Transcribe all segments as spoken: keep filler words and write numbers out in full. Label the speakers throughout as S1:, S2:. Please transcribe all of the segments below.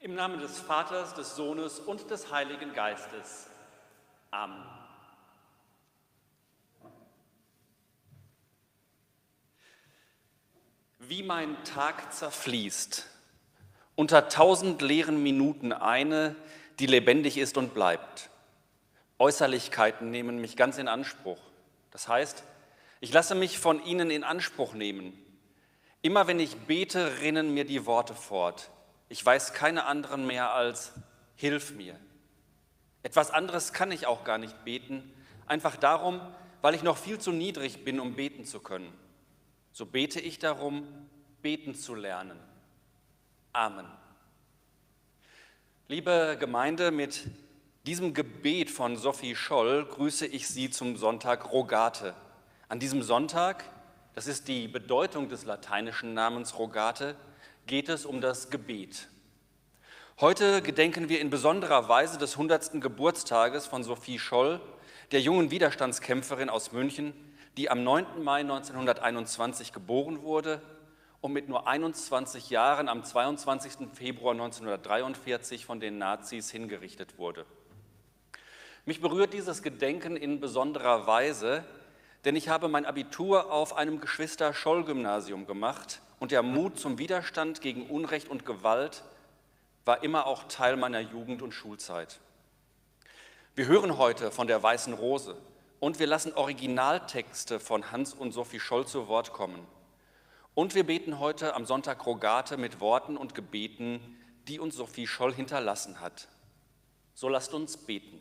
S1: Im Namen des Vaters, des Sohnes und des Heiligen Geistes. Amen. Wie mein Tag zerfließt, unter tausend leeren Minuten eine, die lebendig ist und bleibt. Äußerlichkeiten nehmen mich ganz in Anspruch. Das heißt, ich lasse mich von ihnen in Anspruch nehmen. Immer wenn ich bete, rinnen mir die Worte fort. Ich weiß keine anderen mehr als Hilf mir. Etwas anderes kann ich auch gar nicht beten, einfach darum, weil ich noch viel zu niedrig bin, um beten zu können. So bete ich darum, beten zu lernen. Amen. Liebe Gemeinde, mit diesem Gebet von Sophie Scholl grüße ich Sie zum Sonntag Rogate. An diesem Sonntag, das ist die Bedeutung des lateinischen Namens Rogate, geht es um das Gebet. Heute gedenken wir in besonderer Weise des hundertsten Geburtstages von Sophie Scholl, der jungen Widerstandskämpferin aus München, die am neunten Mai neunzehnhunderteinundzwanzig geboren wurde und mit nur einundzwanzig Jahren am zweiundzwanzigsten Februar neunzehnhundertdreiundvierzig von den Nazis hingerichtet wurde. Mich berührt dieses Gedenken in besonderer Weise, denn ich habe mein Abitur auf einem Geschwister-Scholl-Gymnasium gemacht und der Mut zum Widerstand gegen Unrecht und Gewalt war immer auch Teil meiner Jugend- und Schulzeit. Wir hören heute von der Weißen Rose und wir lassen Originaltexte von Hans und Sophie Scholl zu Wort kommen. Und wir beten heute am Sonntag Rogate mit Worten und Gebeten, die uns Sophie Scholl hinterlassen hat. So lasst uns beten.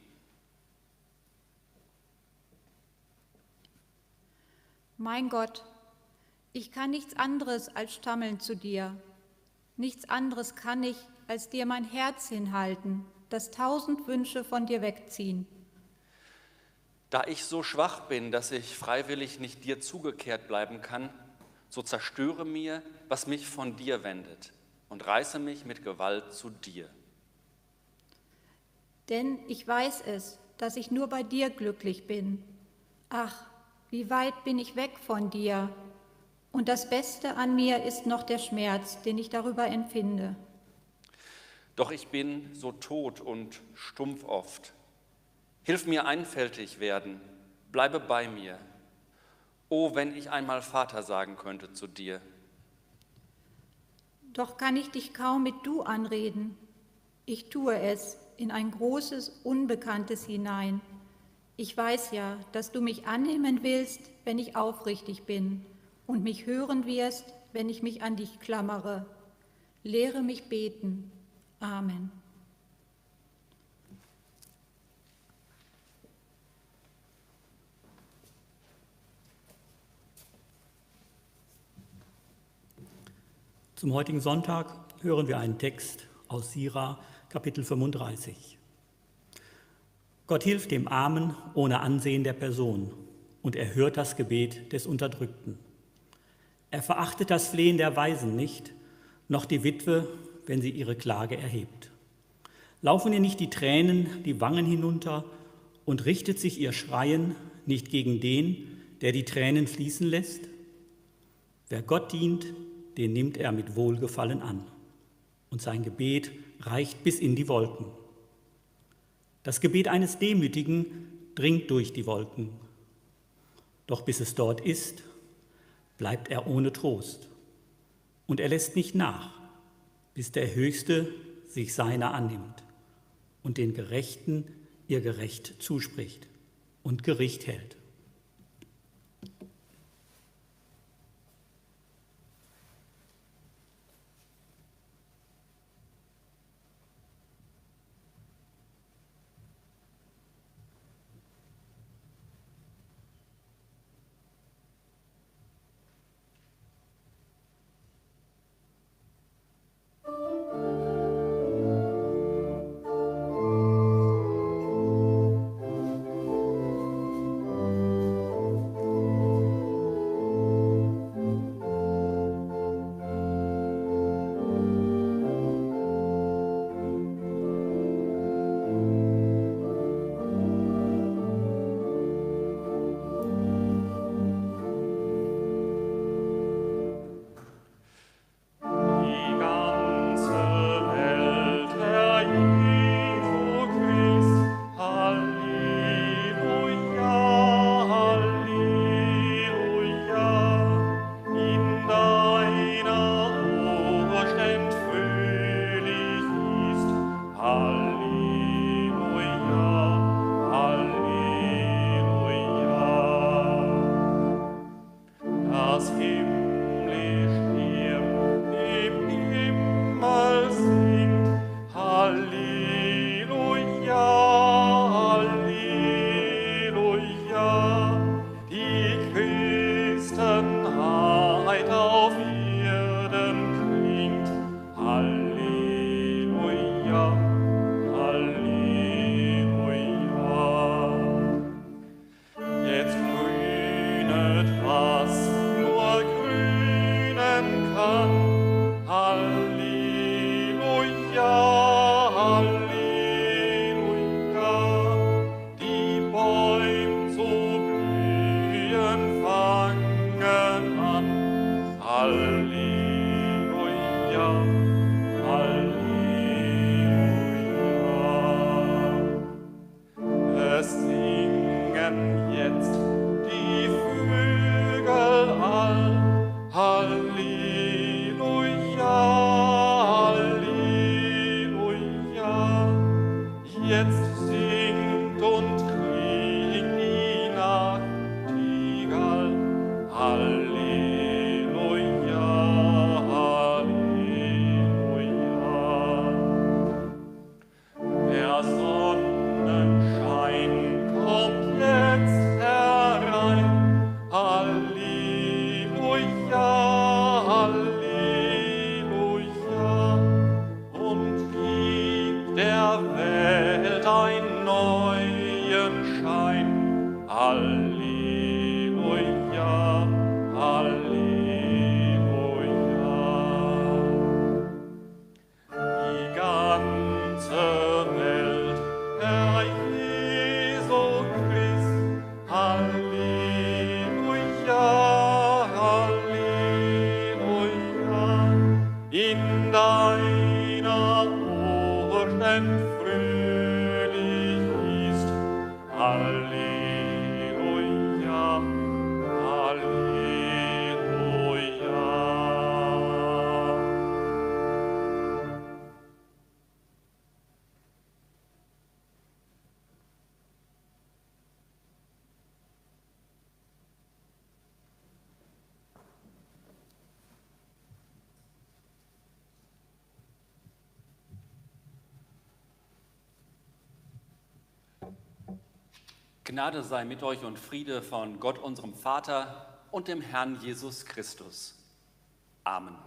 S2: Mein Gott, ich kann nichts anderes als stammeln zu dir. Nichts anderes kann ich, als dir mein Herz hinhalten, das tausend Wünsche von dir wegziehen.
S1: Da ich so schwach bin, dass ich freiwillig nicht dir zugekehrt bleiben kann, so zerstöre mir, was mich von dir wendet und reiße mich mit Gewalt zu dir.
S2: Denn ich weiß es, dass ich nur bei dir glücklich bin. Ach, wie weit bin ich weg von dir? Und das Beste an mir ist noch der Schmerz, den ich darüber empfinde.
S1: Doch ich bin so tot und stumpf oft. Hilf mir einfältig werden, bleibe bei mir. Oh, wenn ich einmal Vater sagen könnte zu dir.
S2: Doch kann ich dich kaum mit Du anreden. Ich tue es in ein großes, Unbekanntes hinein. Ich weiß ja, dass du mich annehmen willst, wenn ich aufrichtig bin und mich hören wirst, wenn ich mich an dich klammere. Lehre mich beten. Amen.
S3: Zum heutigen Sonntag hören wir einen Text aus Sira, Kapitel fünfunddreißig. Gott hilft dem Armen ohne Ansehen der Person und er hört das Gebet des Unterdrückten. Er verachtet das Flehen der Waisen nicht, noch die Witwe, wenn sie ihre Klage erhebt. Laufen ihr nicht die Tränen die Wangen hinunter und richtet sich ihr Schreien nicht gegen den, der die Tränen fließen lässt? Wer Gott dient, den nimmt er mit Wohlgefallen an. Und sein Gebet reicht bis in die Wolken. Das Gebet eines Demütigen dringt durch die Wolken. Doch bis es dort ist, bleibt er ohne Trost. Und er lässt nicht nach, bis der Höchste sich seiner annimmt und den Gerechten ihr Gerecht zuspricht und Gericht hält.
S4: schwingen jetzt die Flügel all. Halleluja, Halleluja. Jetzt singt und klingt die Nachtigall. Halleluja, Halleluja. Der Sonnenschein kommt jetzt herein. Halleluja, Halleluja. Und gibt der Welt einen neuen Schein. Halleluja, Halleluja. Die ganze Welt, Herr Jesu Christ, Halleluja, Halleluja. In deiner Orten fröhlich ist, Halleluja, Halleluja.
S1: Gnade sei mit euch und Friede von Gott, unserem Vater und dem Herrn Jesus Christus. Amen.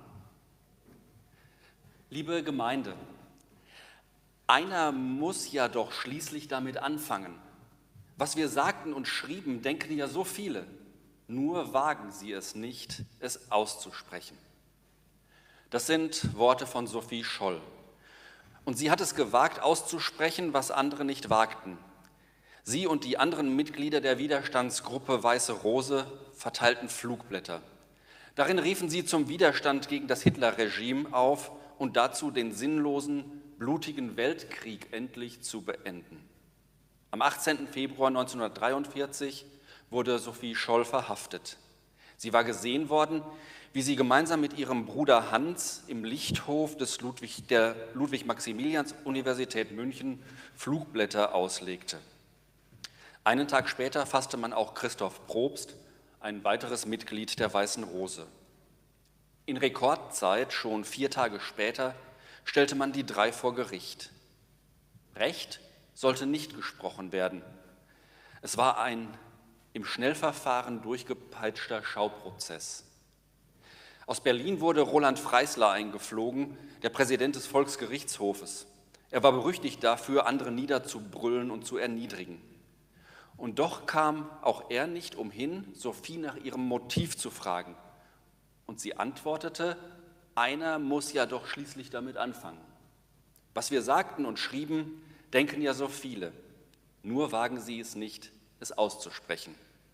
S1: Liebe Gemeinde, einer muss ja doch schließlich damit anfangen. Was wir sagten und schrieben, denken ja so viele, nur wagen sie es nicht, es auszusprechen. Das sind Worte von Sophie Scholl. Und sie hat es gewagt auszusprechen, was andere nicht wagten. Sie und die anderen Mitglieder der Widerstandsgruppe Weiße Rose verteilten Flugblätter. Darin riefen sie zum Widerstand gegen das Hitlerregime auf und dazu, den sinnlosen, blutigen Weltkrieg endlich zu beenden. Am achtzehnten Februar neunzehnhundertdreiundvierzig wurde Sophie Scholl verhaftet. Sie war gesehen worden, wie sie gemeinsam mit ihrem Bruder Hans im Lichthof des Ludwig, der Ludwig-Maximilians-Universität München Flugblätter auslegte. Einen Tag später fasste man auch Christoph Probst, ein weiteres Mitglied der Weißen Rose. In Rekordzeit, schon vier Tage später, stellte man die drei vor Gericht. Recht sollte nicht gesprochen werden. Es war ein im Schnellverfahren durchgepeitschter Schauprozess. Aus Berlin wurde Roland Freisler eingeflogen, der Präsident des Volksgerichtshofes. Er war berüchtigt dafür, andere niederzubrüllen und zu erniedrigen. Und doch kam auch er nicht umhin, Sophie nach ihrem Motiv zu fragen. Und sie antwortete, einer muss ja doch schließlich damit anfangen. Was wir sagten und schrieben, denken ja so viele. Nur wagen sie es nicht, es auszusprechen.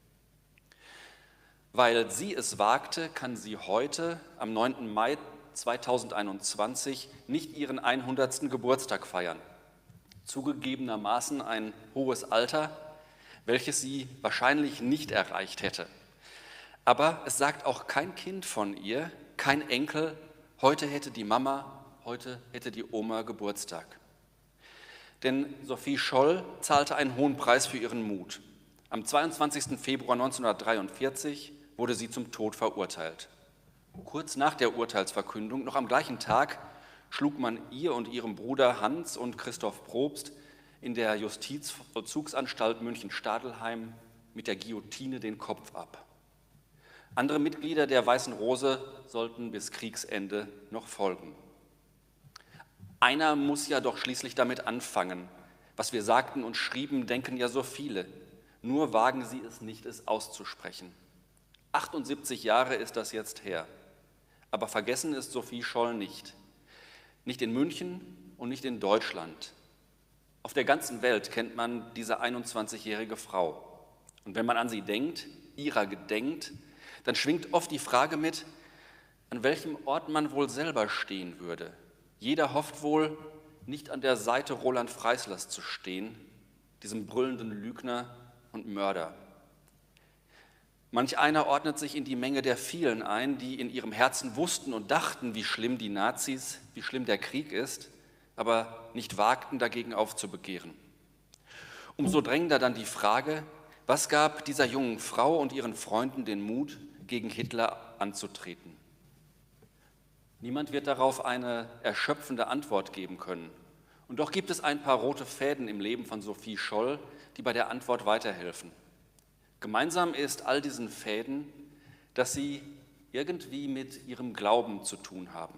S1: Weil sie es wagte, kann sie heute, am neunten Mai zweitausendeinundzwanzig, nicht ihren hundertsten Geburtstag feiern. Zugegebenermaßen ein hohes Alter, welches sie wahrscheinlich nicht erreicht hätte. Aber es sagt auch kein Kind von ihr, kein Enkel, heute hätte die Mama, heute hätte die Oma Geburtstag. Denn Sophie Scholl zahlte einen hohen Preis für ihren Mut. Am zweiundzwanzigsten Februar neunzehnhundertdreiundvierzig wurde sie zum Tod verurteilt. Kurz nach der Urteilsverkündung, noch am gleichen Tag, schlug man ihr und ihrem Bruder Hans und Christoph Probst in der Justizvollzugsanstalt München-Stadelheim mit der Guillotine den Kopf ab. Andere Mitglieder der Weißen Rose sollten bis Kriegsende noch folgen. Einer muss ja doch schließlich damit anfangen. Was wir sagten und schrieben, denken ja so viele. Nur wagen sie es nicht, es auszusprechen. achtundsiebzig Jahre ist das jetzt her. Aber vergessen ist Sophie Scholl nicht. Nicht in München und nicht in Deutschland. Auf der ganzen Welt kennt man diese einundzwanzigjährige Frau. Und wenn man an sie denkt, ihrer gedenkt, dann schwingt oft die Frage mit, an welchem Ort man wohl selber stehen würde. Jeder hofft wohl, nicht an der Seite Roland Freislers zu stehen, diesem brüllenden Lügner, und Mörder. Manch einer ordnet sich in die Menge der vielen ein, die in ihrem Herzen wussten und dachten, wie schlimm die Nazis, wie schlimm der Krieg ist, aber nicht wagten, dagegen aufzubegehren. Umso drängender dann die Frage, was gab dieser jungen Frau und ihren Freunden den Mut, gegen Hitler anzutreten? Niemand wird darauf eine erschöpfende Antwort geben können. Und doch gibt es ein paar rote Fäden im Leben von Sophie Scholl, die bei der Antwort weiterhelfen. Gemeinsam ist all diesen Fäden, dass sie irgendwie mit ihrem Glauben zu tun haben.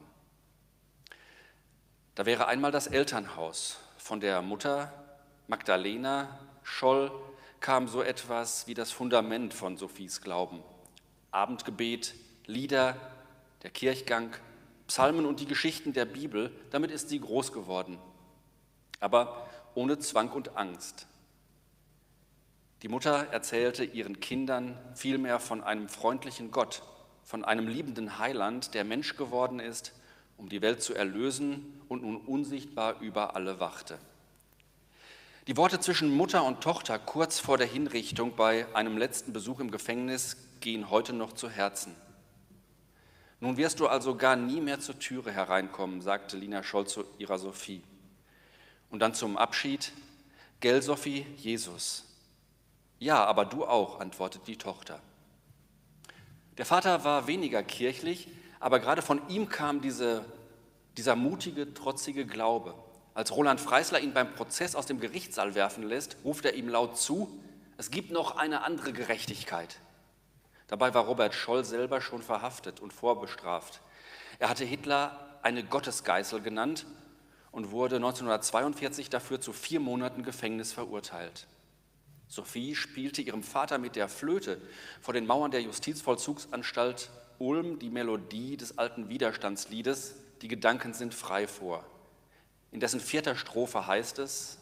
S1: Da wäre einmal das Elternhaus. Von der Mutter Magdalena Scholl kam so etwas wie das Fundament von Sophies Glauben. Abendgebet, Lieder, der Kirchgang, Psalmen und die Geschichten der Bibel, damit ist sie groß geworden. Aber ohne Zwang und Angst. Die Mutter erzählte ihren Kindern vielmehr von einem freundlichen Gott, von einem liebenden Heiland, der Mensch geworden ist, um die Welt zu erlösen und nun unsichtbar über alle wachte. Die Worte zwischen Mutter und Tochter kurz vor der Hinrichtung bei einem letzten Besuch im Gefängnis gehen heute noch zu Herzen. Nun wirst du also gar nie mehr zur Türe hereinkommen, sagte Lina Scholl zu ihrer Sophie. Und dann zum Abschied, gell Sophie, Jesus. Ja, aber du auch, antwortet die Tochter. Der Vater war weniger kirchlich, aber gerade von ihm kam diese, dieser mutige, trotzige Glaube. Als Roland Freisler ihn beim Prozess aus dem Gerichtssaal werfen lässt, ruft er ihm laut zu, es gibt noch eine andere Gerechtigkeit. Dabei war Robert Scholl selber schon verhaftet und vorbestraft. Er hatte Hitler eine Gottesgeißel genannt und wurde neunzehnhundertzweiundvierzig dafür zu vier Monaten Gefängnis verurteilt. Sophie spielte ihrem Vater mit der Flöte vor den Mauern der Justizvollzugsanstalt Ulm die Melodie des alten Widerstandsliedes »Die Gedanken sind frei« vor. In dessen vierter Strophe heißt es: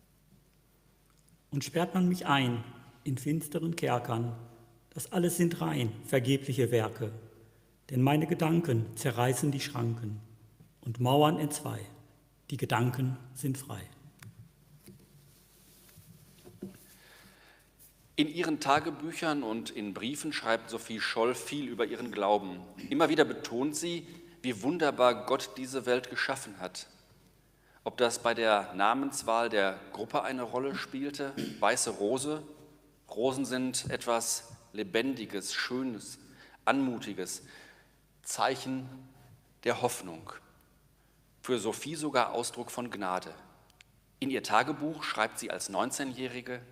S3: Und sperrt man mich ein in finsteren Kerkern, das alles sind rein vergebliche Werke, denn meine Gedanken zerreißen die Schranken und Mauern entzwei, die Gedanken sind frei.
S1: In ihren Tagebüchern und in Briefen schreibt Sophie Scholl viel über ihren Glauben. Immer wieder betont sie, wie wunderbar Gott diese Welt geschaffen hat. Ob das bei der Namenswahl der Gruppe eine Rolle spielte, weiße Rose. Rosen sind etwas Lebendiges, Schönes, Anmutiges, Zeichen der Hoffnung. Für Sophie sogar Ausdruck von Gnade. In ihr Tagebuch schreibt sie als neunzehnjährige: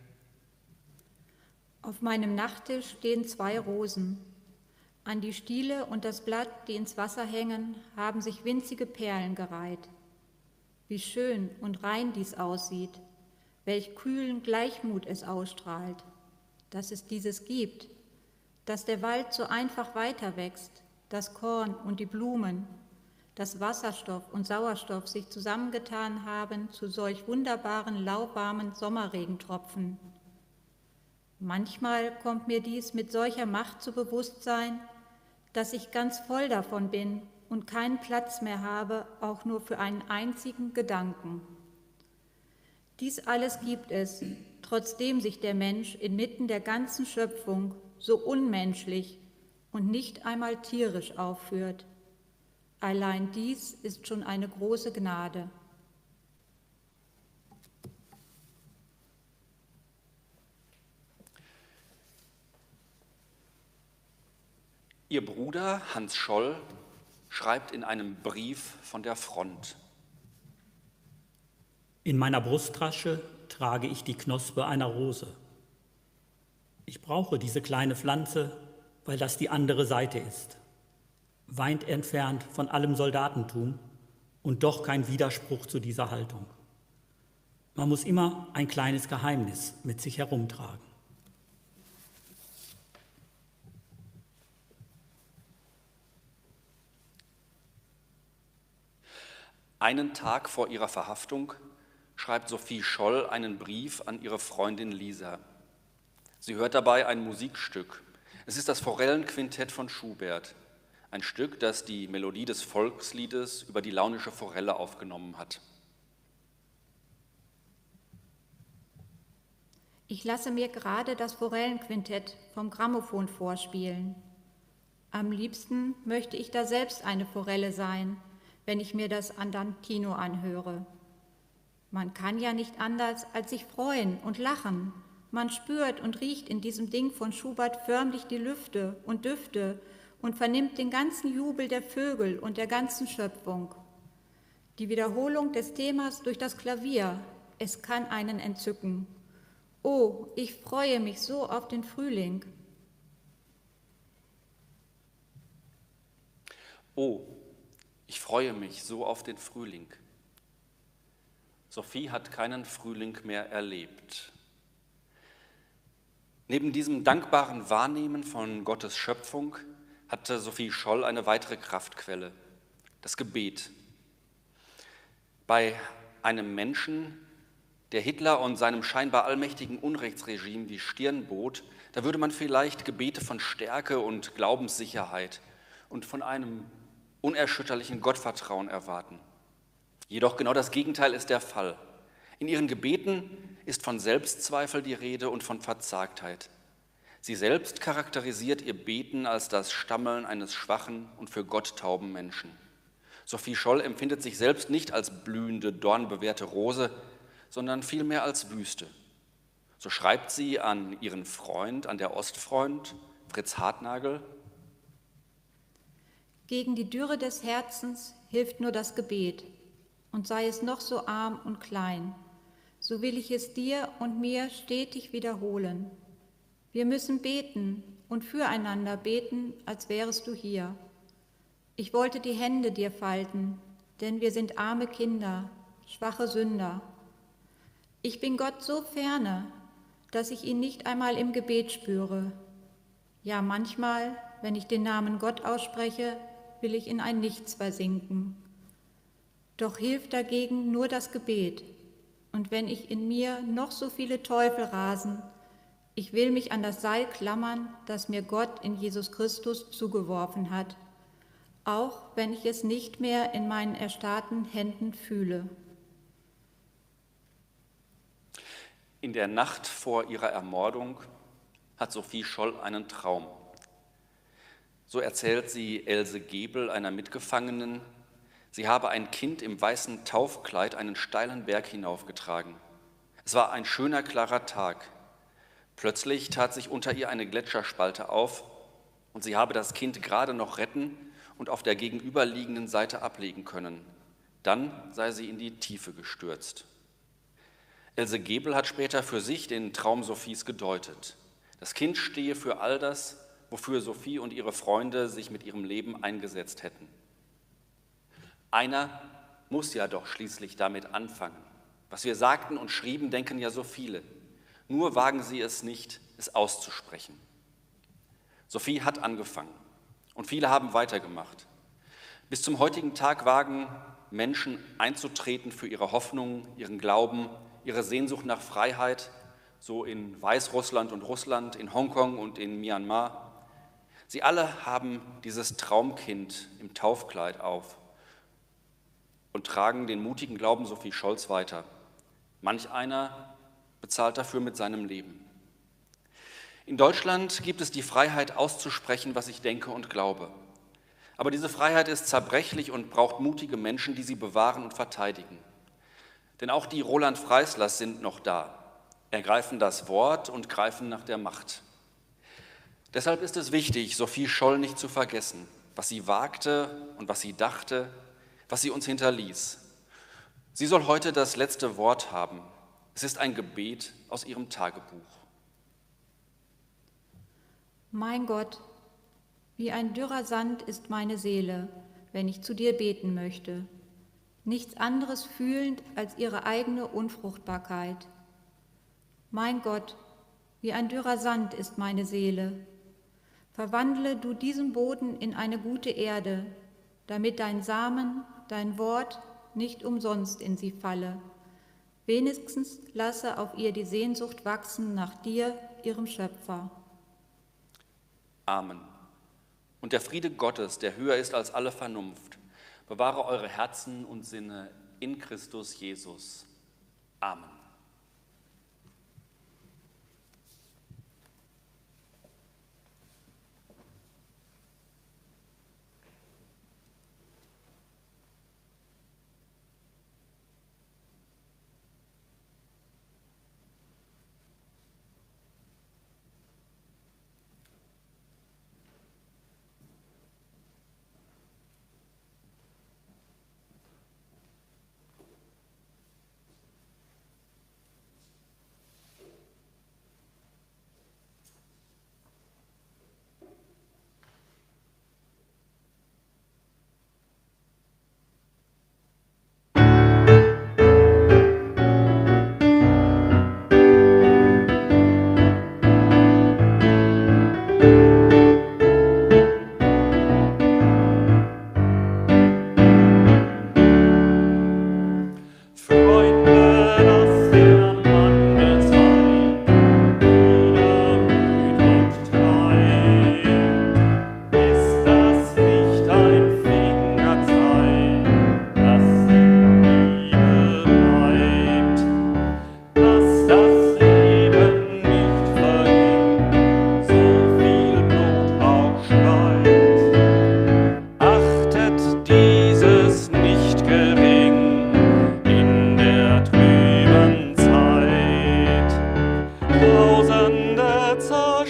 S2: Auf meinem Nachttisch stehen zwei Rosen. An die Stiele und das Blatt, die ins Wasser hängen, haben sich winzige Perlen gereiht. Wie schön und rein dies aussieht, welch kühlen Gleichmut es ausstrahlt, dass es dieses gibt, dass der Wald so einfach weiter wächst, das Korn und die Blumen, dass Wasserstoff und Sauerstoff sich zusammengetan haben zu solch wunderbaren, lauwarmen Sommerregentropfen. Manchmal kommt mir dies mit solcher Macht zu Bewusstsein, dass ich ganz voll davon bin und keinen Platz mehr habe, auch nur für einen einzigen Gedanken. Dies alles gibt es, trotzdem sich der Mensch inmitten der ganzen Schöpfung so unmenschlich und nicht einmal tierisch aufführt. Allein dies ist schon eine große Gnade.
S1: Ihr Bruder Hans Scholl schreibt in einem Brief von der Front:
S3: In meiner Brusttasche trage ich die Knospe einer Rose. Ich brauche diese kleine Pflanze, weil das die andere Seite ist. Weit entfernt von allem Soldatentum und doch kein Widerspruch zu dieser Haltung. Man muss immer ein kleines Geheimnis mit sich herumtragen.
S1: Einen Tag vor ihrer Verhaftung schreibt Sophie Scholl einen Brief an ihre Freundin Lisa. Sie hört dabei ein Musikstück. Es ist das Forellenquintett von Schubert, ein Stück, das die Melodie des Volksliedes über die launische Forelle aufgenommen hat.
S2: Ich lasse mir gerade das Forellenquintett vom Grammophon vorspielen. Am liebsten möchte ich da selbst eine Forelle sein, wenn ich mir das Andantino anhöre. Man kann ja nicht anders als sich freuen und lachen. Man spürt und riecht in diesem Ding von Schubert förmlich die Lüfte und Düfte und vernimmt den ganzen Jubel der Vögel und der ganzen Schöpfung. Die Wiederholung des Themas durch das Klavier, es kann einen entzücken. Oh, ich freue mich so auf den Frühling.
S1: Oh, ich freue mich so auf den Frühling. Sophie hat keinen Frühling mehr erlebt. Neben diesem dankbaren Wahrnehmen von Gottes Schöpfung hatte Sophie Scholl eine weitere Kraftquelle, das Gebet. Bei einem Menschen, der Hitler und seinem scheinbar allmächtigen Unrechtsregime die Stirn bot, da würde man vielleicht Gebete von Stärke und Glaubenssicherheit und von einem unerschütterlichen Gottvertrauen erwarten. Jedoch genau das Gegenteil ist der Fall. In ihren Gebeten ist von Selbstzweifel die Rede und von Verzagtheit. Sie selbst charakterisiert ihr Beten als das Stammeln eines schwachen und für Gott tauben Menschen. Sophie Scholl empfindet sich selbst nicht als blühende, dornbewehrte Rose, sondern vielmehr als Wüste. So schreibt sie an ihren Freund, an der Ostfreund, Fritz Hartnagel:
S2: Gegen die Dürre des Herzens hilft nur das Gebet, und sei es noch so arm und klein, so will ich es dir und mir stetig wiederholen. Wir müssen beten und füreinander beten, als wärest du hier. Ich wollte die Hände dir falten, denn wir sind arme Kinder, schwache Sünder. Ich bin Gott so ferne, dass ich ihn nicht einmal im Gebet spüre. Ja, manchmal, wenn ich den Namen Gott ausspreche, will ich in ein Nichts versinken. Doch hilft dagegen nur das Gebet. Und wenn ich in mir noch so viele Teufel rasen, ich will mich an das Seil klammern, das mir Gott in Jesus Christus zugeworfen hat, auch wenn ich es nicht mehr in meinen erstarrten Händen fühle.
S1: In der Nacht vor ihrer Ermordung hat Sophie Scholl einen Traum. So erzählt sie Else Gebel, einer Mitgefangenen, sie habe ein Kind im weißen Taufkleid einen steilen Berg hinaufgetragen. Es war ein schöner, klarer Tag. Plötzlich tat sich unter ihr eine Gletscherspalte auf und sie habe das Kind gerade noch retten und auf der gegenüberliegenden Seite ablegen können. Dann sei sie in die Tiefe gestürzt. Else Gebel hat später für sich den Traum Sophies gedeutet. Das Kind stehe für all das, wofür Sophie und ihre Freunde sich mit ihrem Leben eingesetzt hätten. Einer muss ja doch schließlich damit anfangen. Was wir sagten und schrieben, denken ja so viele. Nur wagen sie es nicht, es auszusprechen. Sophie hat angefangen und viele haben weitergemacht. Bis zum heutigen Tag wagen Menschen einzutreten für ihre Hoffnungen, ihren Glauben, ihre Sehnsucht nach Freiheit, so in Weißrussland und Russland, in Hongkong und in Myanmar. Sie alle haben dieses Traumkind im Taufkleid auf und tragen den mutigen Glauben Sophie Scholls weiter. Manch einer bezahlt dafür mit seinem Leben. In Deutschland gibt es die Freiheit auszusprechen, was ich denke und glaube. Aber diese Freiheit ist zerbrechlich und braucht mutige Menschen, die sie bewahren und verteidigen. Denn auch die Roland Freislers sind noch da, ergreifen das Wort und greifen nach der Macht. Deshalb ist es wichtig, Sophie Scholl nicht zu vergessen, was sie wagte und was sie dachte, was sie uns hinterließ. Sie soll heute das letzte Wort haben. Es ist ein Gebet aus ihrem Tagebuch.
S2: Mein Gott, wie ein dürrer Sand ist meine Seele, wenn ich zu dir beten möchte, nichts anderes fühlend als ihre eigene Unfruchtbarkeit. Mein Gott, wie ein dürrer Sand ist meine Seele. Verwandle du diesen Boden in eine gute Erde, damit dein Samen, dein Wort nicht umsonst in sie falle. Wenigstens lasse auf ihr die Sehnsucht wachsen nach dir, ihrem Schöpfer.
S1: Amen. Und der Friede Gottes, der höher ist als alle Vernunft, bewahre eure Herzen und Sinne in Christus Jesus. Amen.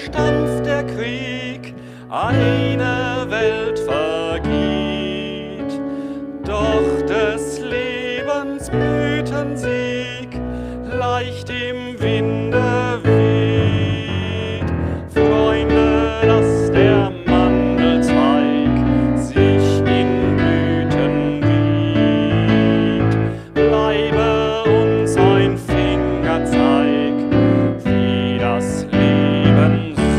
S4: stampft der Krieg, eine Welt vergeht. Doch des Lebens Blütensieg leicht im Winde weht. Freunde, lasst der Mandelzweig sich in Blüten wiegt. Bleibe uns ein Fingerzeig, wie das Leben siegt.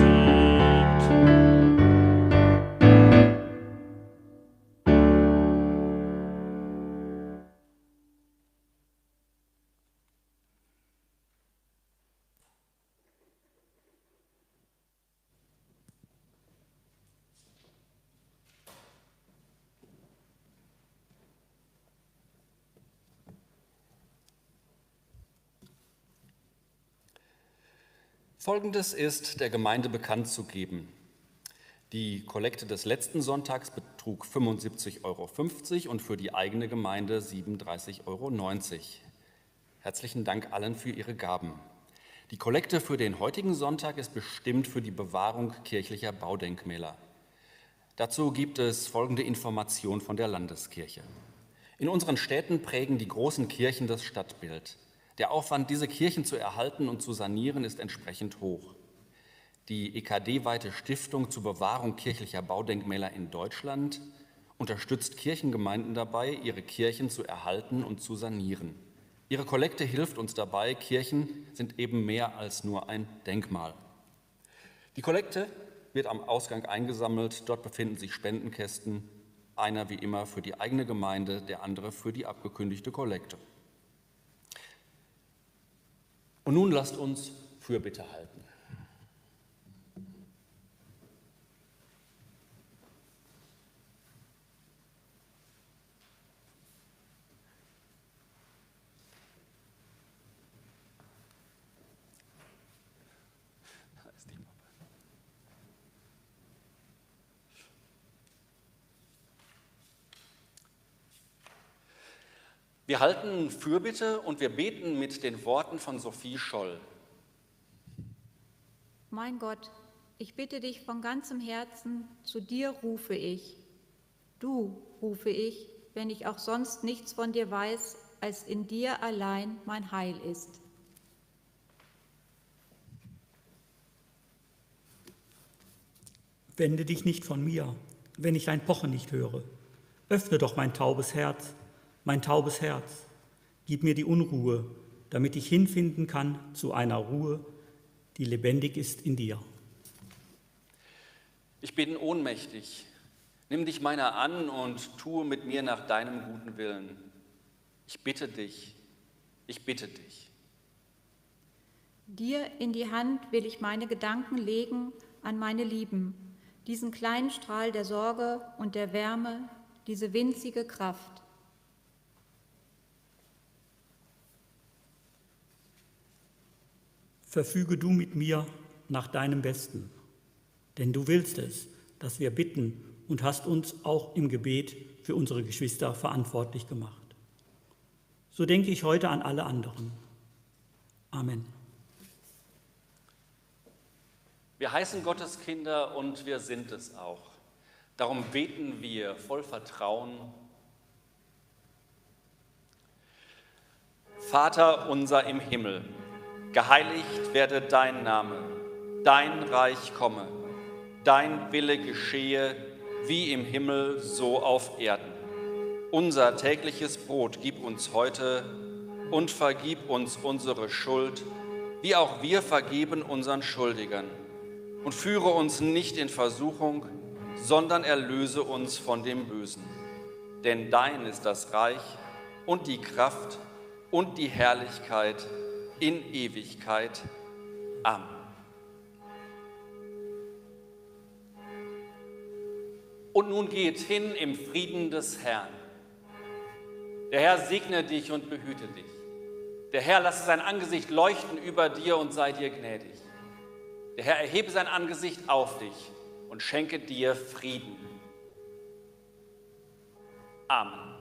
S1: Folgendes ist der Gemeinde bekannt zu geben. Die Kollekte des letzten Sonntags betrug fünfundsiebzig Euro fünfzig und für die eigene Gemeinde siebenunddreißig Euro neunzig. Herzlichen Dank allen für ihre Gaben. Die Kollekte für den heutigen Sonntag ist bestimmt für die Bewahrung kirchlicher Baudenkmäler. Dazu gibt es folgende Information von der Landeskirche. In unseren Städten prägen die großen Kirchen das Stadtbild. Der Aufwand, diese Kirchen zu erhalten und zu sanieren, ist entsprechend hoch. Die E K D-weite Stiftung zur Bewahrung kirchlicher Baudenkmäler in Deutschland unterstützt Kirchengemeinden dabei, ihre Kirchen zu erhalten und zu sanieren. Ihre Kollekte hilft uns dabei, Kirchen sind eben mehr als nur ein Denkmal. Die Kollekte wird am Ausgang eingesammelt, dort befinden sich Spendenkästen, einer wie immer für die eigene Gemeinde, der andere für die abgekündigte Kollekte. Und nun lasst uns Fürbitte halten. Wir halten Fürbitte und wir beten mit den Worten von Sophie Scholl.
S2: Mein Gott, ich bitte dich von ganzem Herzen, zu dir rufe ich. Du rufe ich, wenn ich auch sonst nichts von dir weiß, als in dir allein mein Heil ist.
S3: Wende dich nicht von mir, wenn ich dein Pochen nicht höre. Öffne doch mein taubes Herz, mein taubes Herz. Gib mir die Unruhe, damit ich hinfinden kann zu einer Ruhe, die lebendig ist in dir.
S1: Ich bin ohnmächtig. Nimm dich meiner an und tue mit mir nach deinem guten Willen. Ich bitte dich, ich bitte dich.
S2: Dir in die Hand will ich meine Gedanken legen an meine Lieben, diesen kleinen Strahl der Sorge und der Wärme, diese winzige Kraft.
S3: Verfüge du mit mir nach deinem Besten, denn du willst es, dass wir bitten und hast uns auch im Gebet für unsere Geschwister verantwortlich gemacht. So denke ich heute an alle anderen. Amen.
S1: Wir heißen Gottes Kinder und wir sind es auch. Darum beten wir voll Vertrauen. Vater unser im Himmel, geheiligt werde dein Name, dein Reich komme, dein Wille geschehe, wie im Himmel, so auf Erden. Unser tägliches Brot gib uns heute und vergib uns unsere Schuld, wie auch wir vergeben unseren Schuldigern. Und führe uns nicht in Versuchung, sondern erlöse uns von dem Bösen. Denn dein ist das Reich und die Kraft und die Herrlichkeit in Ewigkeit. Amen. Und nun geht hin im Frieden des Herrn. Der Herr segne dich und behüte dich. Der Herr lasse sein Angesicht leuchten über dir und sei dir gnädig. Der Herr erhebe sein Angesicht auf dich und schenke dir Frieden. Amen.